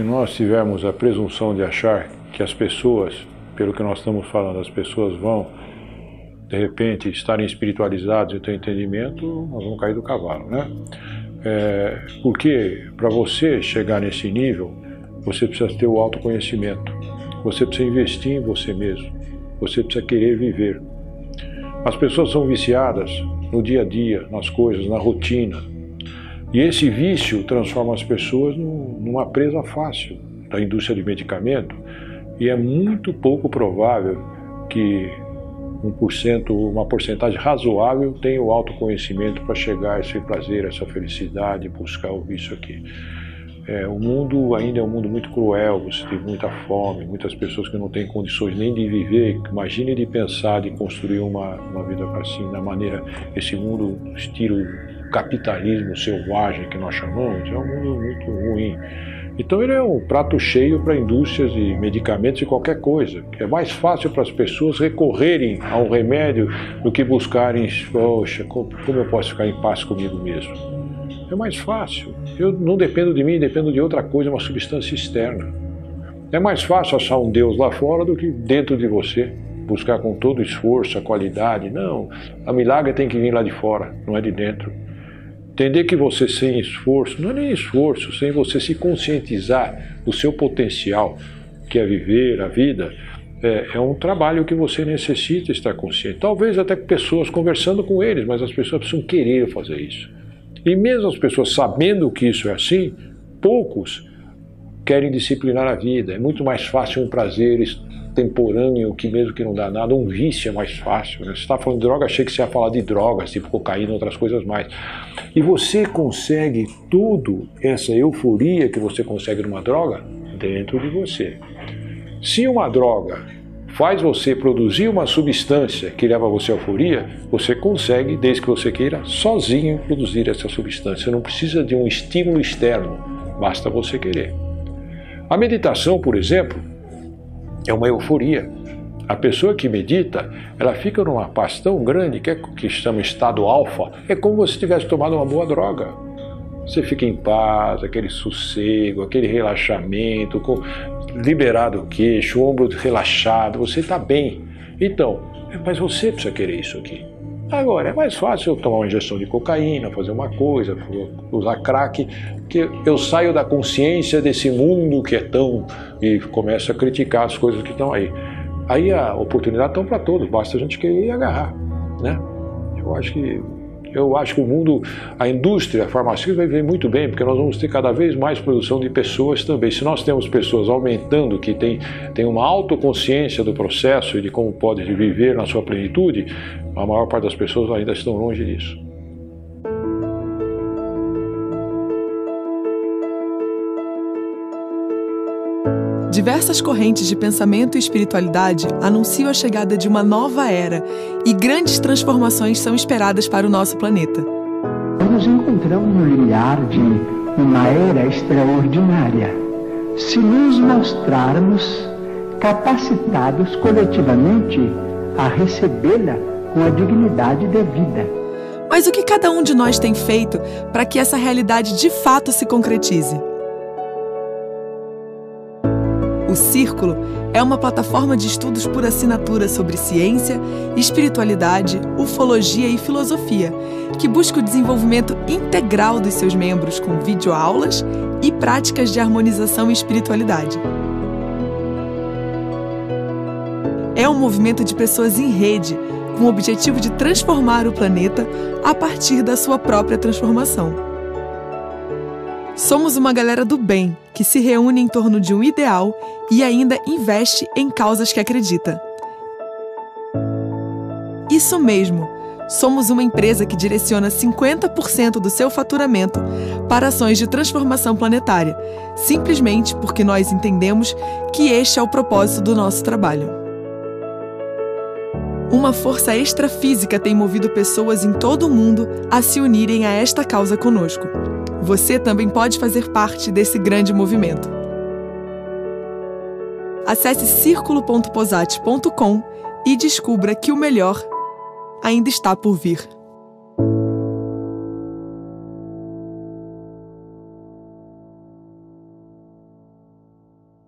se nós tivermos a presunção de achar que as pessoas, pelo que nós estamos falando, as pessoas vão, de repente, estarem espiritualizados e ter entendimento, nós vamos cair do cavalo, né? Porque para você chegar nesse nível, você precisa ter o autoconhecimento, você precisa investir em você mesmo, você precisa querer viver. As pessoas são viciadas no dia a dia, nas coisas, na rotina. E esse vício transforma as pessoas numa presa fácil da indústria de medicamento, e é muito pouco provável que 1%, uma porcentagem razoável, tenha o autoconhecimento para chegar a esse prazer, a essa felicidade, buscar ouvir isso aqui. O mundo ainda é um mundo muito cruel, você tem muita fome, muitas pessoas que não têm condições nem de viver. Imagine de pensar, de construir uma vida assim, da maneira, esse mundo, estilo capitalismo selvagem que nós chamamos, é um mundo muito ruim. Então ele é um prato cheio para indústrias de medicamentos e qualquer coisa. É mais fácil para as pessoas recorrerem a um remédio do que buscarem, poxa, como eu posso ficar em paz comigo mesmo? É mais fácil. Eu não dependo de mim, dependo de outra coisa, uma substância externa. É mais fácil achar um Deus lá fora do que dentro de você. Buscar com todo o esforço, a qualidade. Não, a milagre tem que vir lá de fora, não é de dentro. Entender que você sem esforço, não é nem esforço, sem você se conscientizar do seu potencial, que é viver a vida, é um trabalho que você necessita estar consciente. Talvez até com pessoas conversando com eles, mas as pessoas precisam querer fazer isso. E mesmo as pessoas sabendo que isso é assim, poucos querem disciplinar a vida. É muito mais fácil um prazer temporâneo, que mesmo que não dá nada, um vício é mais fácil, né? Você está falando de droga, achei que você ia falar de drogas, tipo cocaína, outras coisas mais. E você consegue tudo essa euforia que você consegue numa droga dentro de você. Se uma droga faz você produzir uma substância que leva você à euforia, você consegue, desde que você queira, sozinho produzir essa substância. Você não precisa de um estímulo externo, basta você querer. A meditação, por exemplo, é uma euforia. A pessoa que medita, ela fica numa paz tão grande que chama estado alfa. É como se tivesse tomado uma boa droga. Você fica em paz, aquele sossego, aquele relaxamento, liberado o queixo, o ombro relaxado, você está bem. Então, mas você precisa querer isso aqui. Agora, é mais fácil eu tomar uma injeção de cocaína, fazer uma coisa, usar crack, que eu saio da consciência desse mundo que é tão... e começo a criticar as coisas que estão aí. Aí a oportunidade está para todos, basta a gente querer e agarrar, né? Eu acho que o mundo, a indústria farmacêutica vai ver muito bem, porque nós vamos ter cada vez mais produção de pessoas também. Se nós temos pessoas aumentando, que tem uma autoconsciência do processo e de como pode viver na sua plenitude, a maior parte das pessoas ainda estão longe disso. Diversas correntes de pensamento e espiritualidade anunciam a chegada de uma nova era e grandes transformações são esperadas para o nosso planeta. Nos encontramos no limiar de uma era extraordinária, se nos mostrarmos capacitados coletivamente a recebê-la com a dignidade devida. Mas o que cada um de nós tem feito para que essa realidade de fato se concretize? O Círculo é uma plataforma de estudos por assinatura sobre ciência, espiritualidade, ufologia e filosofia, que busca o desenvolvimento integral dos seus membros com videoaulas e práticas de harmonização e espiritualidade. É um movimento de pessoas em rede, com o objetivo de transformar o planeta a partir da sua própria transformação. Somos uma galera do bem, que se reúne em torno de um ideal e ainda investe em causas que acredita. Isso mesmo, somos uma empresa que direciona 50% do seu faturamento para ações de transformação planetária, simplesmente porque nós entendemos que este é o propósito do nosso trabalho. Uma força extrafísica tem movido pessoas em todo o mundo a se unirem a esta causa conosco. Você também pode fazer parte desse grande movimento. Acesse circulo.posati.com e descubra que o melhor ainda está por vir.